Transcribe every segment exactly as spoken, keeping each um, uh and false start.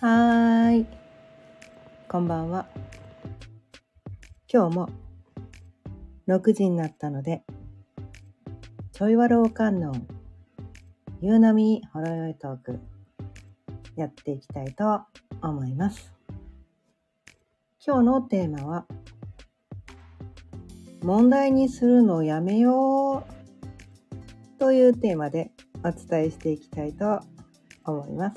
はーい、こんばんは。今日もろくじになったので、ちょいわろう観音夕波ほろよいトークやっていきたいと思います。今日のテーマは、問題にするのをやめようというテーマでお伝えしていきたいと思います。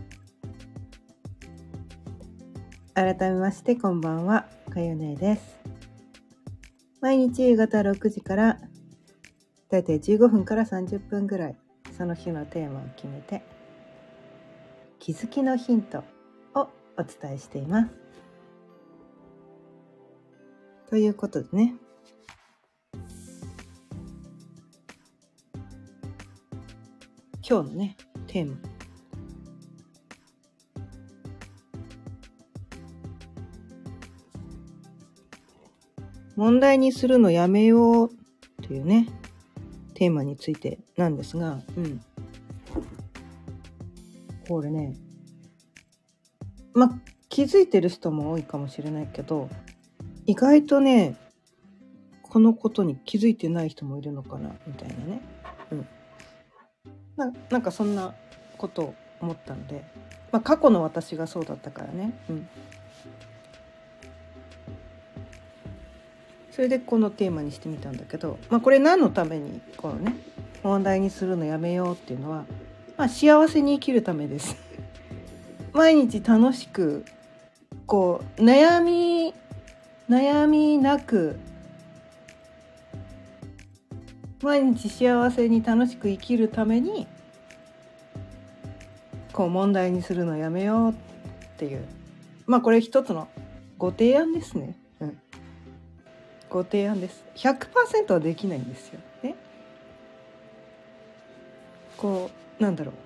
改めましてこんばんは、かよねです。毎日夕方ろくじからだいたいじゅうごふんからさんじゅっぷんぐらい、その日のテーマを決めて気づきのヒントをお伝えしています。ということでね、今日のねテーマ、問題にするのやめようというねテーマについてなんですが、うん、これね、まあ気づいてる人も多いかもしれないけど、意外とねこのことに気づいてない人もいるのかなみたいなね、うん、な, なんかそんなことを思ったので、まあ、過去の私がそうだったからね、うん、それでこのテーマにしてみたんだけど、まあ、これ何のためにこのね問題にするのやめようっていうのは、まあ、幸せに生きるためです毎日楽しくこう悩み悩みなく毎日幸せに楽しく生きるためにこう問題にするのやめようっていう、まあこれ一つのご提案ですね、うん、ご提案です。 ひゃくパーセント はできないんですよね。こうなんだろう、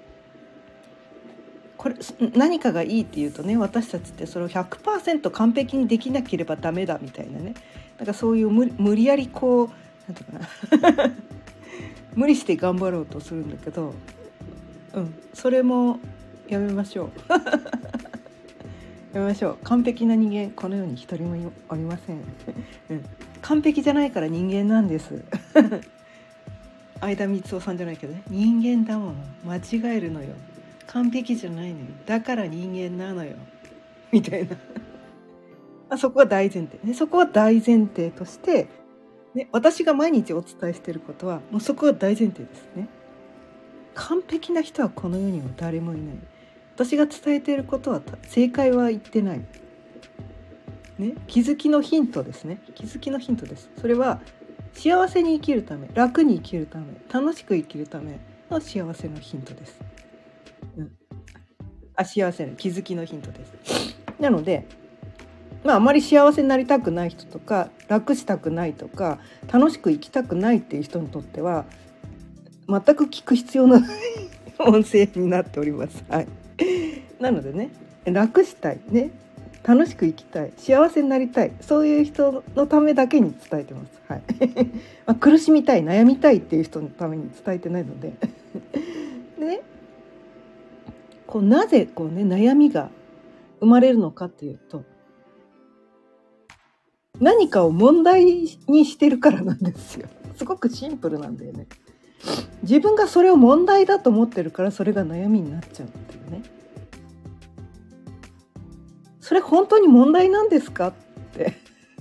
これ何かがいいっていうとね、私たちってそれを ひゃくパーセント 完璧にできなければダメだみたいなね、なんかそういう 無, 無理やりこうなんていうかな無理して頑張ろうとするんだけど、うん、それもやめましょうやめましょう。完璧な人間この世に一人もおりません、うん、完璧じゃないから人間なんです相田光夫さんじゃないけどね、人間だもの、間違えるのよ、完璧じゃないのよ、だから人間なのよみたいなあ、そこは大前提ね。そこは大前提として、ね、私が毎日お伝えしていることはもうそこは大前提ですね。完璧な人はこの世には誰もいない。私が伝えていることは正解は言ってない、ね、気づきのヒントですね。気づきのヒントです。それは幸せに生きるため、楽に生きるため、楽しく生きるための幸せのヒントです、うん、あ幸せの気づきのヒントです。なので、まあ、あまり幸せになりたくない人とか楽したくないとか楽しく生きたくないっていう人にとっては全く聞く必要のない音声になっております、はい、なのでね、楽したいね、楽しく生きたい、幸せになりたい、そういう人のためだけに伝えてます、はいまあ、苦しみたい、悩みたいっていう人のために伝えてないのででね、こうなぜこう、ね、悩みが生まれるのかっていうと、何かを問題にしてるからなんですよ。すごくシンプルなんだよね。自分がそれを問題だと思ってるから、それが悩みになっちゃうっていうね。それ本当に問題なんですかって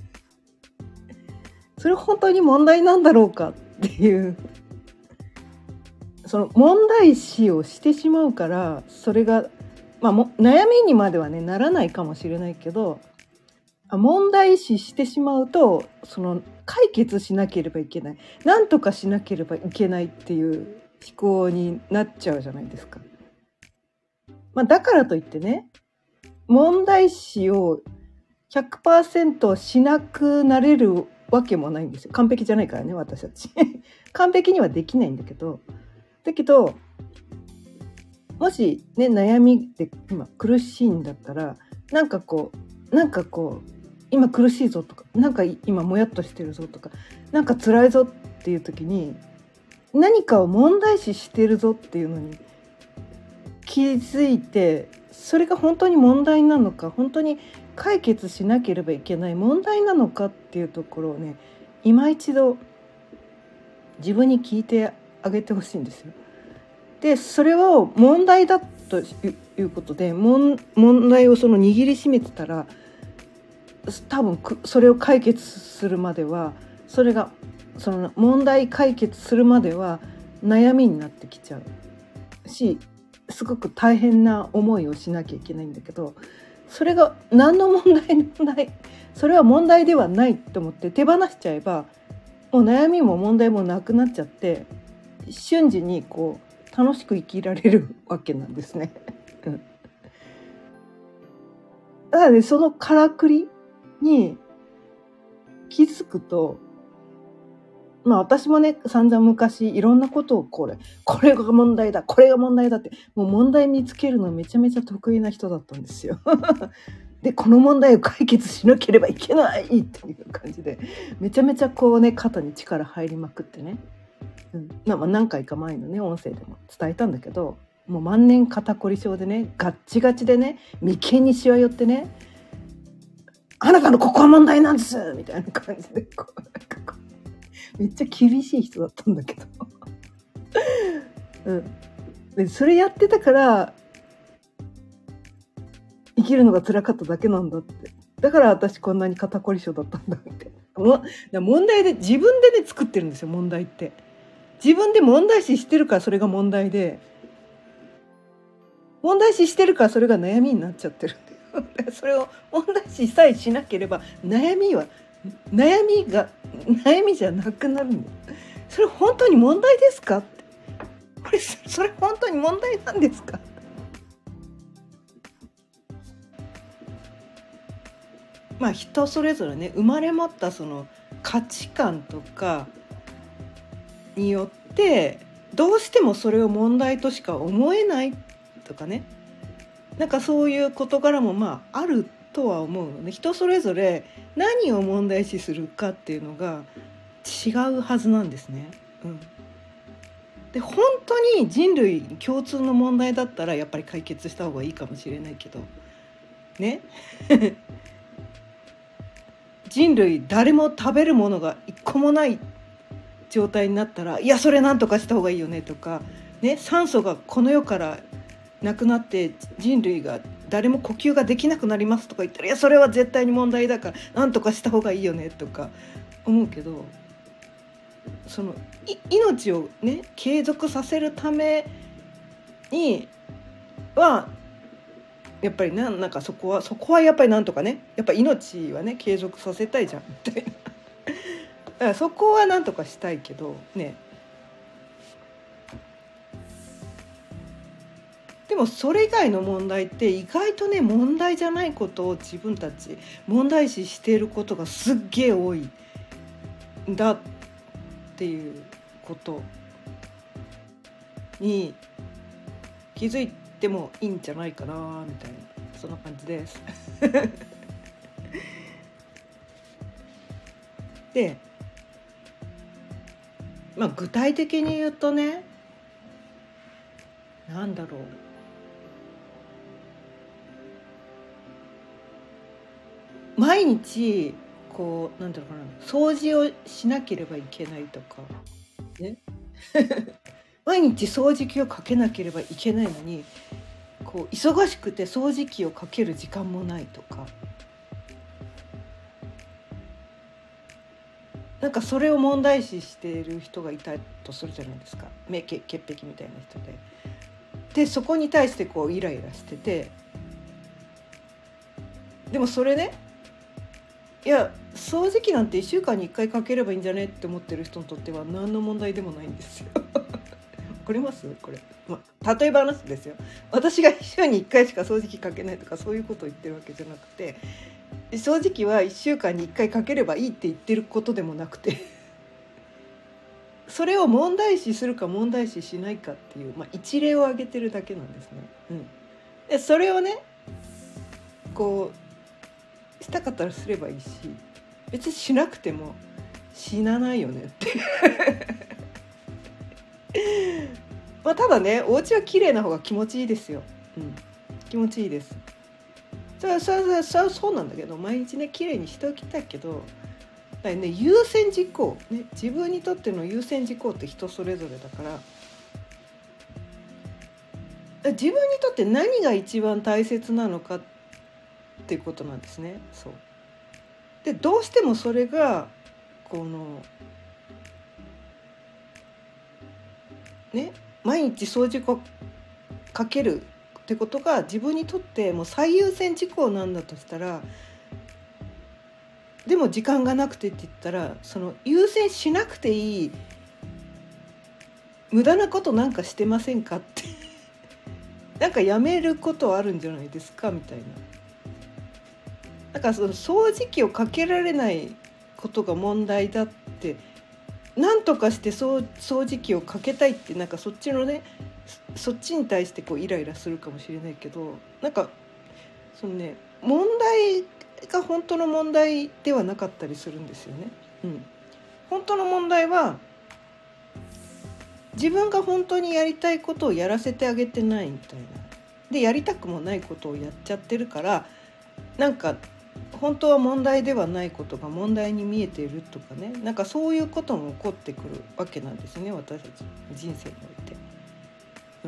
それ本当に問題なんだろうかっていう、その問題視をしてしまうから、それが、まあ、も悩みにまではねならないかもしれないけど、問題視してしまうと、その解決しなければいけない、何とかしなければいけないっていう思考になっちゃうじゃないですか。まあ、だからといってね、問題視を ひゃくパーセント しなくなれるわけもないんですよ。完璧じゃないからね、私たち完璧にはできないんだけど、だけどもしね悩みで今苦しいんだったら、なんかこうなんかこう今苦しいぞとか、なんか今もやっとしてるぞとか、なんか辛いぞっていう時に、何かを問題視してるぞっていうのに気づいて、 それが本当に問題なのか、本当に解決しなければいけない問題なのかっていうところをね、今一度自分に聞いてあげてほしいんですよ。でそれを問題だということで問題をその握りしめてたら、多分それを解決するまでは、それがその問題解決するまでは悩みになってきちゃうし、すごく大変な思いをしなきゃいけないんだけど、それが何の問題でもない、それは問題ではないと思って手放しちゃえば、もう悩みも問題もなくなっちゃって、瞬時にこう楽しく生きられるわけなんですね。うん、だからね、そのからくりに気づくと、まあ私もね、散々昔いろんなことをこれ、これが問題だ、これが問題だって、もう問題見つけるのめちゃめちゃ得意な人だったんですよ。で、この問題を解決しなければいけないっていう感じで、めちゃめちゃこうね、肩に力入りまくってね。うん、まあ何回か前のね、音声でも伝えたんだけど、もう万年肩こり症でね、ガッチガチでね、眉間にしわ寄ってね、あなたのここは問題なんですみたいな感じでこう、なんかこうめっちゃ厳しい人だったんだけど、うん、でそれやってたから生きるのが辛かっただけなんだって、だから私こんなに肩こり症だったんだみたいな。問題で自分でね作ってるんですよ。問題って自分で問題視してるからそれが問題で、問題視してるからそれが悩みになっちゃってるんだよ。それを問題視さえしなければ悩みは悩みが悩みじゃなくなるんだよ。それ本当に問題ですかって、これそれ本当に問題なんですか。まあ人それぞれね、生まれ持ったその価値観とかによってどうしてもそれを問題としか思えないとかね、なんかそういう事柄もまああるとは思うので、人それぞれ何を問題視するかっていうのが違うはずなんですね。うん、で本当に人類共通の問題だったらやっぱり解決した方がいいかもしれないけどね。人類誰も食べるものが一個もない状態になったら、いやそれなんとかした方がいいよねとかね、酸素がこの世からなくなって人類が誰も呼吸ができなくなりますとか言ったら、いやそれは絶対に問題だからなんとかした方がいいよねとか思うけど、その命をね継続させるためにはやっぱりな、なんかそこはそこはやっぱりなんとかね、やっぱ命はね継続させたいじゃんみたいな。だからそこはなんとかしたいけどね。でもそれ以外の問題って意外とね問題じゃないことを自分たち問題視していることがすっげえ多いんだっていうことに気づいてもいいんじゃないかなみたいな、そんな感じです。で、まあ具体的に言うとね、なんだろう、毎日こうなんていうのかな、掃除をしなければいけないとかね。毎日掃除機をかけなければいけないのに、こう忙しくて掃除機をかける時間もないとか、なんかそれを問題視している人がいたとするじゃないですか。目潔癖みたいな人で、でそこに対してこうイライラしてて、でもそれね、いや掃除機なんていっしゅうかんにいっかいかければいいんじゃねって思ってる人にとっては何の問題でもないんですよ。わかりますこれ、まあ、例え話ですよ。私が週にいっかいしか掃除機かけないとかそういうことを言ってるわけじゃなくて、掃除機はいっしゅうかんにいっかいかければいいって言ってることでもなくて、それを問題視するか問題視しないかっていう、まあ、一例を挙げてるだけなんですね。うん、でそれをねこうしたかったらすればいいし、別にしなくても死なないよねってまあただね、お家は綺麗な方が気持ちいいですよ。うん、 気持ちいいです。それはそれはそれはそうなんだけど、毎日ね綺麗にしておきたいけど、だからね、優先事項、ね、自分にとっての優先事項って人それぞれだから、自分にとって何が一番大切なのかっていうことなんですね。そうで、どうしてもそれがこのね、毎日掃除をかけるってことが自分にとってもう最優先事項なんだとしたら、でも時間がなくてって言ったら、その優先しなくていい無駄なことなんかしてませんかってなんかやめることあるんじゃないですかみたいな。だからその掃除機をかけられないことが問題だって、なんとかして掃除機をかけたいって、なんかそっちのね、そっちに対してこうイライラするかもしれないけど、なんかそのね、問題が本当の問題ではなかったりするんですよね。うん、本当の問題は自分が本当にやりたいことをやらせてあげてないみたいな。で、やりたくもないことをやっちゃってるから、なんか本当は問題ではないことが問題に見えているとかね、なんかそういうことも起こってくるわけなんですね、私たちの人生において。うん、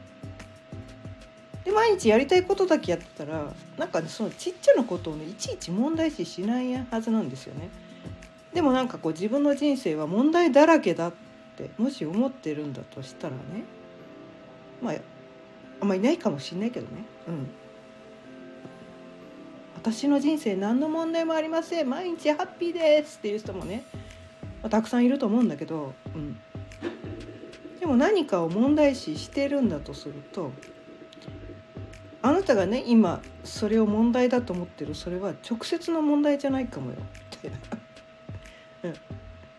で毎日やりたいことだけやってたら、なんか、ね、そのちっちゃなことをねいちいち問題視しないはずなんですよね。でもなんかこう自分の人生は問題だらけだってもし思ってるんだとしたらね、まああんまりいないかもしれないけどね、うん、私の人生何の問題もありません、毎日ハッピーですっていう人もね、まあ、たくさんいると思うんだけど、うん、でも何かを問題視してるんだとすると、あなたがね今それを問題だと思ってる、それは直接の問題じゃないかもよみたいな、うん、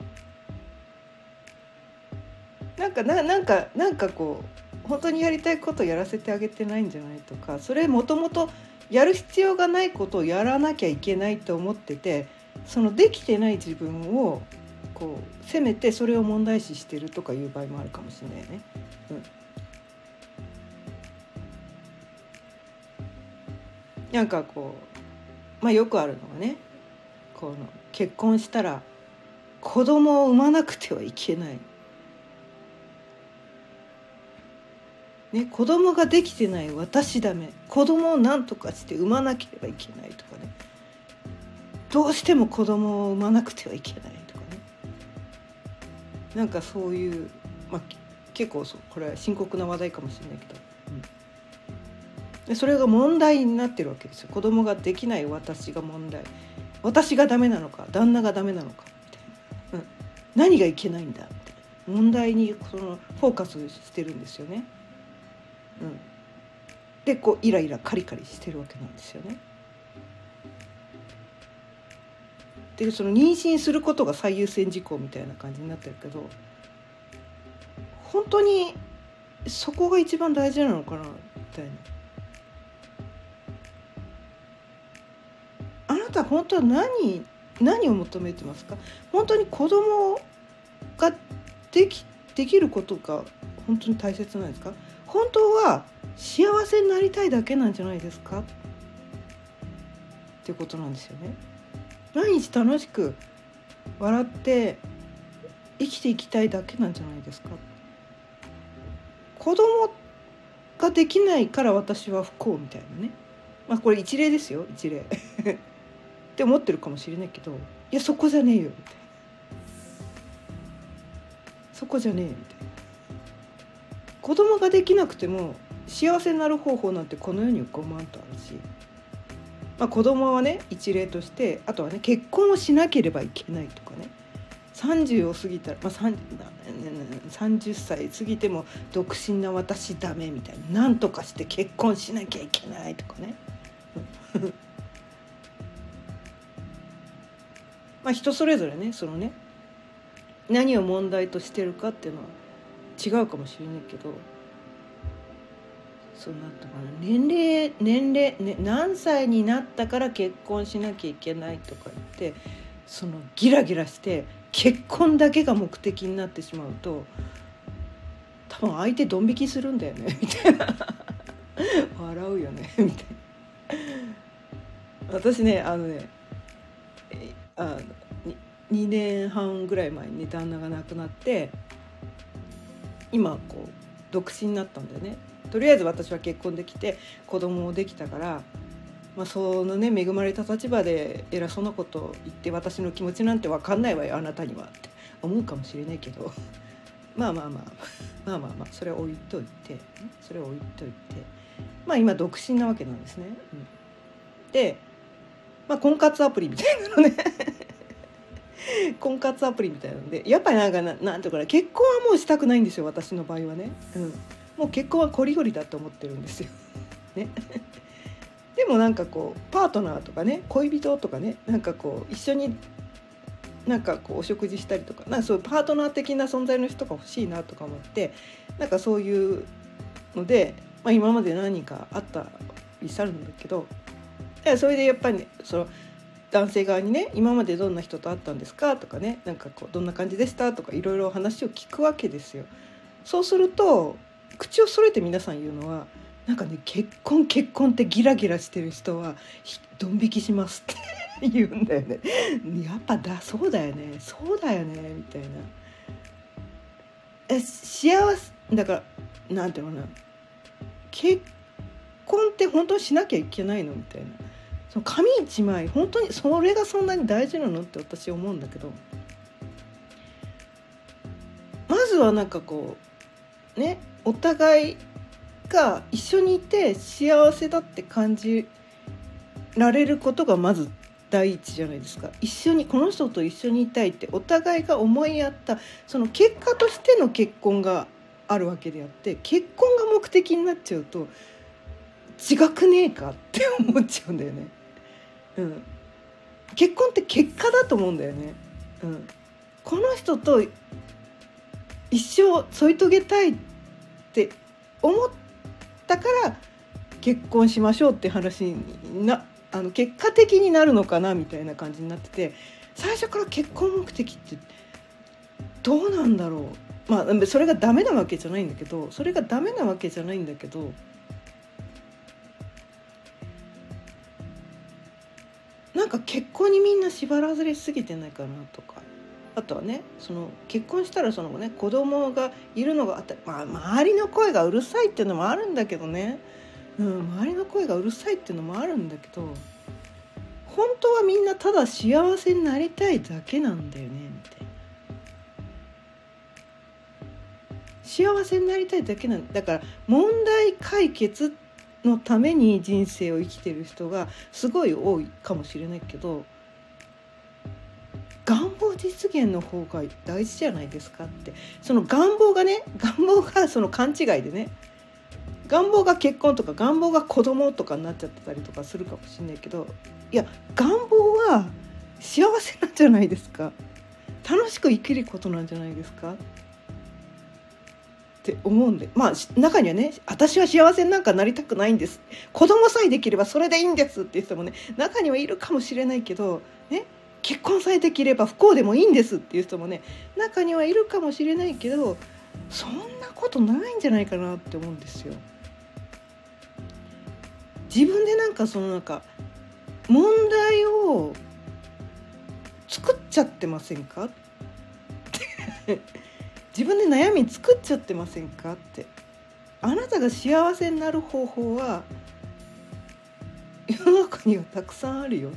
なんかななんかなんかこう本当にやりたいことをやらせてあげてないんじゃないとか、それもともとやる必要がないことをやらなきゃいけないと思ってて、そのできてない自分をこう責めてそれを問題視してるとかいう場合もあるかもしれないね。うん、なんかこう、まあ、よくあるのがね、この結婚したら子供を産まなくてはいけない、ね、子供ができてない私ダメ、子供を何とかして産まなければいけないとかね、どうしても子供を産まなくてはいけないとかね、なんかそういう、まあ、結構そうこれは深刻な話題かもしれないけど、うん、でそれが問題になってるわけですよ。子供ができない私が問題、私がダメなのか旦那がダメなのかみたいな、うん、何がいけないんだみたいな問題にそのフォーカスしてるんですよね。うん、でこうイライラカリカリしてるわけなんですよね。でその妊娠することが最優先事項みたいな感じになってるけど、本当にそこが一番大事なのかなみたいな。あなた本当は何何を求めてますか？本当に子供ができ、できることが本当に大切なんですか？本当は幸せになりたいだけなんじゃないですかっていうことなんですよね。毎日楽しく笑って生きていきたいだけなんじゃないですか。子供ができないから私は不幸みたいなね、まあこれ一例ですよ、一例って思ってるかもしれないけど、いやそこじゃねえよみたいな、そこじゃねえみたいな。子供ができなくても幸せになる方法なんてこの世にごまんとあるし、まあ、子供はね一例として、あとはね結婚をしなければいけないとかね、さんじゅうを過ぎたら、まあ、さんじゅっさい過ぎても独身な私ダメみたいな、なんとかして結婚しなきゃいけないとかねまあ人それぞれね、そのね何を問題としてるかっていうのは違うかもしれないけど、そうなったかな、年齢年齢、ね、何歳になったから結婚しなきゃいけないとか言って、そのギラギラして結婚だけが目的になってしまうと、多分相手ドン引きするんだよねみたいな笑うよねみたいな。私ねあのねあのにねんはんぐらい前に旦那が亡くなって、今こう独身になったんだよね。とりあえず私は結婚できて子供もできたから、まあ、そのね恵まれた立場で偉そうなこと言って私の気持ちなんて分かんないわよあなたにはって思うかもしれないけどまあまあまあまあまあまあそれは置いといてそれは置いといてまあ今独身なわけなんですね。うん、で、まあ、婚活アプリみたいなのね婚活アプリみたいなのでやっぱりなんかななんていうかな、結婚はもうしたくないんですよ私の場合はね。うん、もう結婚はこりごりだと思ってるんですよ。ねでもなんかこうパートナーとかね恋人とかねなんかこう一緒になんかこうお食事したりとかなんかそういうパートナー的な存在の人が欲しいなとか思ってなんかそういうので、まあ、今まで何人かあったりしたんだけど、それでやっぱり、ね、その男性側にね今までどんな人と会ったんですかとかねなんかこうどんな感じでしたとかいろいろ話を聞くわけですよ。そうすると口を揃えて皆さん言うのはなんかね結婚結婚ってギラギラしてる人はドン引きしますって言うんだよね。やっぱだそうだよねそうだよねみたいな。え幸せだからなんていうのかな、結婚って本当にしなきゃいけないのみたいな、その紙一枚本当にそれがそんなに大事なのって私思うんだけど、まずはなんかこうねお互いが一緒にいて幸せだって感じられることがまず第一じゃないですか。一緒にこの人と一緒にいたいってお互いが思い合ったその結果としての結婚があるわけであって、結婚が目的になっちゃうと違くねえかって思っちゃうんだよね。うん、結婚って結果だと思うんだよね。うん、この人と一生添い遂げたいって思ったから結婚しましょうって話になあの結果的になるのかなみたいな感じになってて、最初から結婚目的ってどうなんだろう。まあそれがダメなわけじゃないんだけどそれがダメなわけじゃないんだけどなんか結婚にみんな縛られすぎてないかなとか、あとはねその結婚したらそのね子供がいるのがあった、まあ、周りの声がうるさいっていうのもあるんだけどね、うん、周りの声がうるさいっていうのもあるんだけど本当はみんなただ幸せになりたいだけなんだよねみたいな。幸せになりたいだけなんだから問題解決のために人生を生きてる人がすごい多いかもしれないけど、願望実現の方が大事じゃないですかって。その願望がね願望がその勘違いでね願望が結婚とか願望が子供とかになっちゃってたりとかするかもしれないけど、いや願望は幸せなんじゃないですか、楽しく生きることなんじゃないですかって思うんで、まあ中にはね私は幸せになんかなりたくないんです、子供さえできればそれでいいんですっていう人もね中にはいるかもしれないけどね、結婚さえできれば不幸でもいいんですっていう人もね中にはいるかもしれないけど、そんなことないんじゃないかなって思うんですよ。自分でなんかそのなんか問題を作っちゃってませんか自分で悩み作っちゃってませんかって。あなたが幸せになる方法は世の中にはたくさんあるよ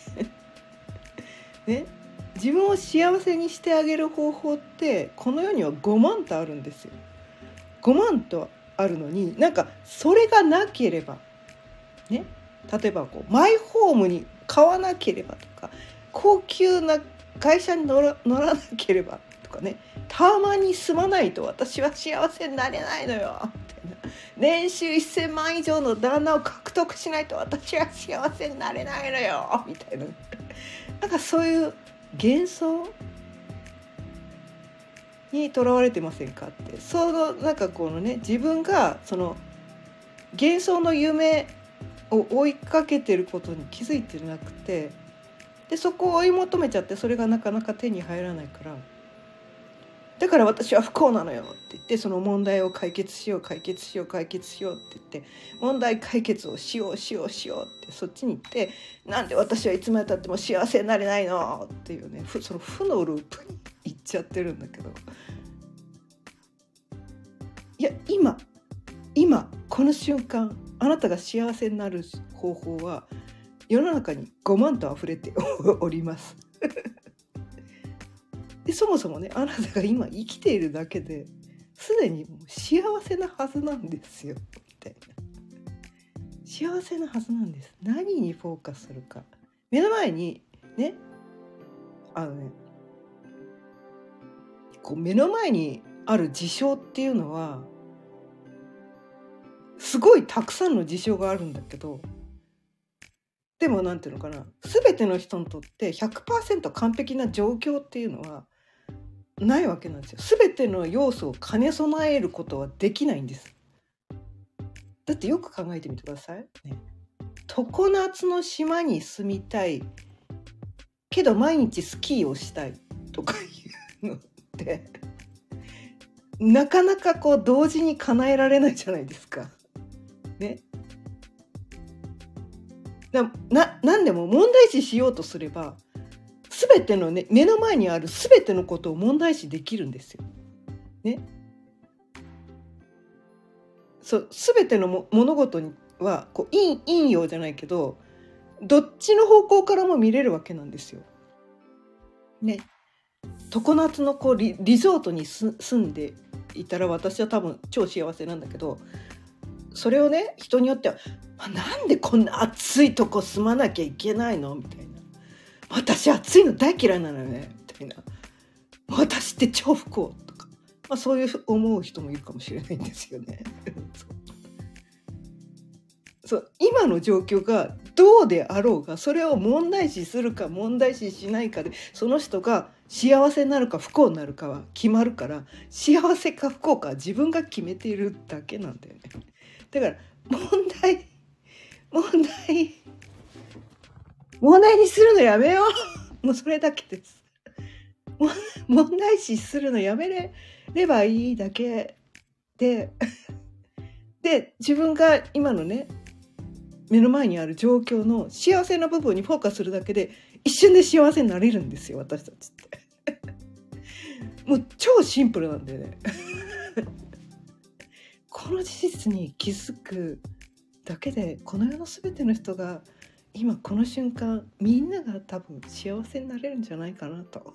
ってね、自分を幸せにしてあげる方法ってこの世にはごまんとあるんですよ。ごまんとあるのになんかそれがなければね、例えばこうマイホームに買わなければとか高級な会社に乗ら、乗らなければとかね、タワマンに住まないと私は幸せになれないのよみたいな、年収せんまん以上の旦那を獲得しないと私は幸せになれないのよみたいな、なんかそういう幻想にとらわれてませんかって。そのなんかこのね自分がその幻想の夢を追いかけてることに気づいてなくて、でそこを追い求めちゃってそれがなかなか手に入らないから、 だから私は不幸なのよって言って、その問題を解決しよう解決しよう解決しようって言って問題解決をしようしようしようってそっちに行って、なんで私はいつまでたっても幸せになれないのっていうね、その負のループに行っちゃってるんだけど、いや今今この瞬間あなたが幸せになる方法は世の中にごまんと溢れておりますでそもそもね、あなたが今生きているだけですでにもう幸せなはずなんですよみたいな。幸せなはずなんです。何にフォーカスするか。目の前にね、あのね、こう目の前にある事象っていうのはすごいたくさんの事象があるんだけど、でもなんていうのかな、全ての人にとって ひゃくパーセント 完璧な状況っていうのはないわけなんですよ。全ての要素を兼ね備えることはできないんです。だってよく考えてみてください、ね、常夏の島に住みたいけど毎日スキーをしたいとかいうのってなかなかこう同時に叶えられないじゃないですかね。な、な、なんでも問題視しようとすれば全てのね、目の前にある全てのことを問題視できるんですよ。ね。そう、全てのも物事にはこう陰陰陽じゃないけど、どっちの方向からも見れるわけなんですよ。ね。常夏のこう リ, リゾートにす住んでいたら私は多分超幸せなんだけど、それをね、人によっては、まあ、なんでこんな暑いとこ住まなきゃいけないのみたいな。私暑いの大嫌いなのよねみたいな。私って超不幸とか、まあ、そういう思う人もいるかもしれないんですよねそう、今の状況がどうであろうがそれを問題視するか問題視しないかでその人が幸せになるか不幸になるかは決まるから、幸せか不幸かは自分が決めているだけなんだよね。だから問題問題問題にするのやめようもうそれだけです。問題視するのやめれればいいだけでで自分が今のね目の前にある状況の幸せな部分にフォーカスするだけで一瞬で幸せになれるんですよ、私たちってもう超シンプルなんでねこの事実に気づくだけでこの世の全ての人が今この瞬間みんなが多分幸せになれるんじゃないかなと。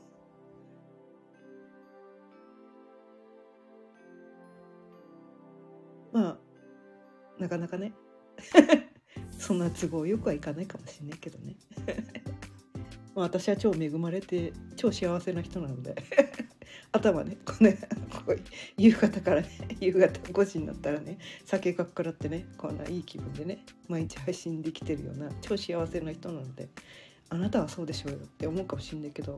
まあなかなかねそんな都合よくはいかないかもしれないけどねまあ私は超恵まれて超幸せな人なので頭ねこの、ね、こう夕方からね夕方ごじになったらね酒がっくらってねこんないい気分でね毎日配信できてるような超幸せな人なので、あなたはそうでしょうよって思うかもしれないけど、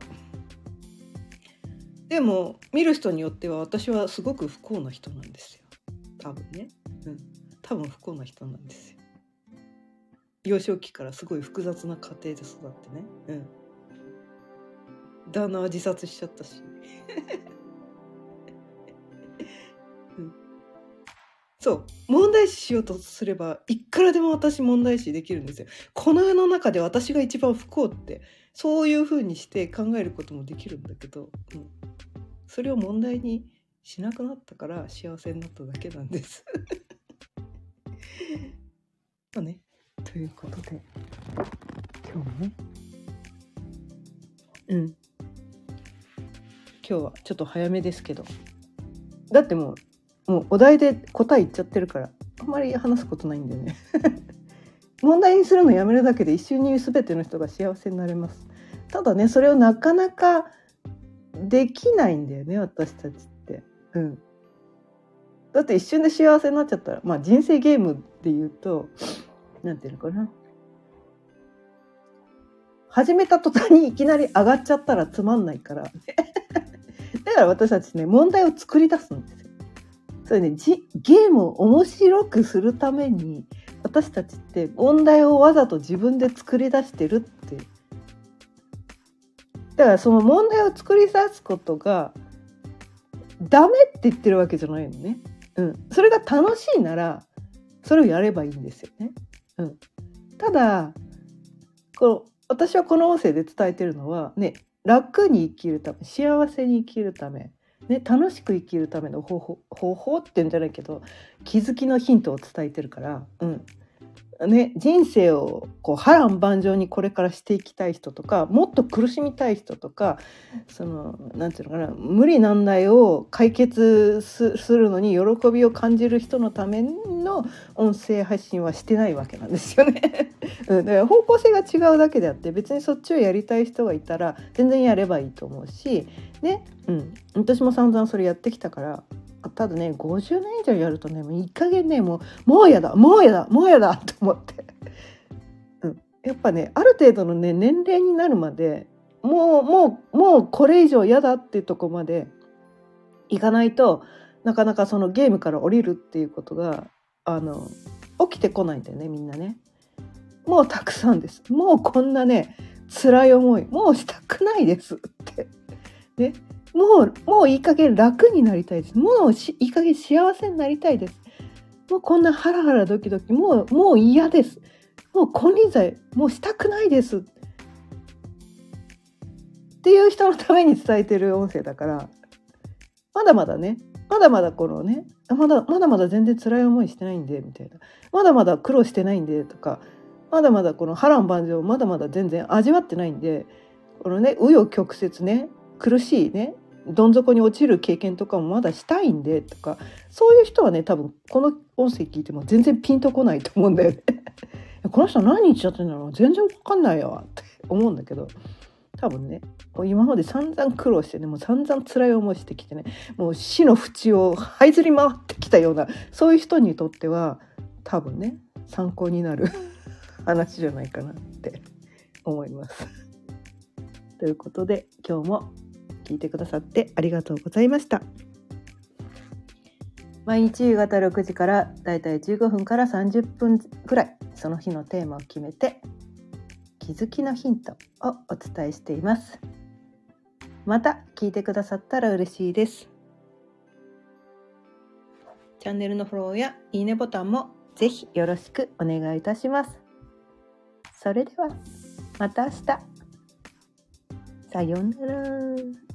でも見る人によっては私はすごく不幸な人なんですよ、多分ね、うん、多分不幸な人なんですよ。幼少期からすごい複雑な家庭で育ってね、うん、旦那は自殺しちゃったし、うん、そう問題視しようとすればいくらでも私問題視できるんですよ。この世の中で私が一番不幸ってそういう風にして考えることもできるんだけど、うん、それを問題にしなくなったから幸せになっただけなんですまあね、ということで今日もね、うん、今日はちょっと早めですけど、だってもう、もうお題で答え言っちゃってるからあんまり話すことないんだよね問題にするのやめるだけで一瞬に全ての人が幸せになれます。ただね、それをなかなかできないんだよね、私たちって、うん、だって一瞬で幸せになっちゃったら、まあ人生ゲームで言うとなんていうのかな、始めた途端にいきなり上がっちゃったらつまんないからだから私たちね問題を作り出すんですよ。それね、ゲームを面白くするために私たちって問題をわざと自分で作り出してるって。だからその問題を作り出すことがダメって言ってるわけじゃないのね、うん、それが楽しいならそれをやればいいんですよね、うん、ただこう私はこの音声で伝えてるのはね、楽に生きるため、幸せに生きるため、ね、楽しく生きるための方法、方法って言うんじゃないけど気づきのヒントを伝えてるから、うんね、人生をこう波乱万丈にこれからしていきたい人とか、もっと苦しみたい人とか、そのなんていうのかな、無理難題を解決するのに喜びを感じる人のための音声配信はしてないわけなんですよね、うん、だから方向性が違うだけであって、別にそっちをやりたい人がいたら全然やればいいと思うしね、うん、私も散々それやってきたから。ただね、ごじゅうねん以上やるとね、もういい加減ね、もうもうやだもうやだもうやだと思って、うん、やっぱね、ある程度のね年齢になるまでもうもうもうこれ以上やだっていうとこまでいかないと、なかなかそのゲームから降りるっていうことがあの起きてこないんだよね、みんなね。もうたくさんです、もうこんなね辛い思いもうしたくないですってね、もうもういい加減楽になりたいです、もういい加減幸せになりたいです、もうこんなハラハラドキドキもうもう嫌です、もう金輪際もうしたくないですっていう人のために伝えてる音声だから、まだまだね、まだまだこのね、まだまだまだ全然辛い思いしてないんでみたいな、まだまだ苦労してないんでとか、まだまだこの波乱万丈まだまだ全然味わってないんで、このね紆余曲折ね、苦しいねどん底に落ちる経験とかもまだしたいんでとか、そういう人はね多分この音声聞いても全然ピンとこないと思うんだよねこの人何言っちゃってんだろう、全然わかんないよって思うんだけど、多分ね今まで散々苦労してね、もう散々辛い思いしてきてね、もう死の淵を這いずり回ってきたような、そういう人にとっては多分ね参考になる話じゃないかなって思いますということで、今日も聞いてくださってありがとうございました。毎日夕方ろくじからだいたいじゅうごふんからさんじゅっぷんぐらい、その日のテーマを決めて気づきのヒントをお伝えしています。また聞いてくださったら嬉しいです。チャンネルのフォローやいいねボタンもぜひよろしくお願いいたします。それではまた明日。さようなら。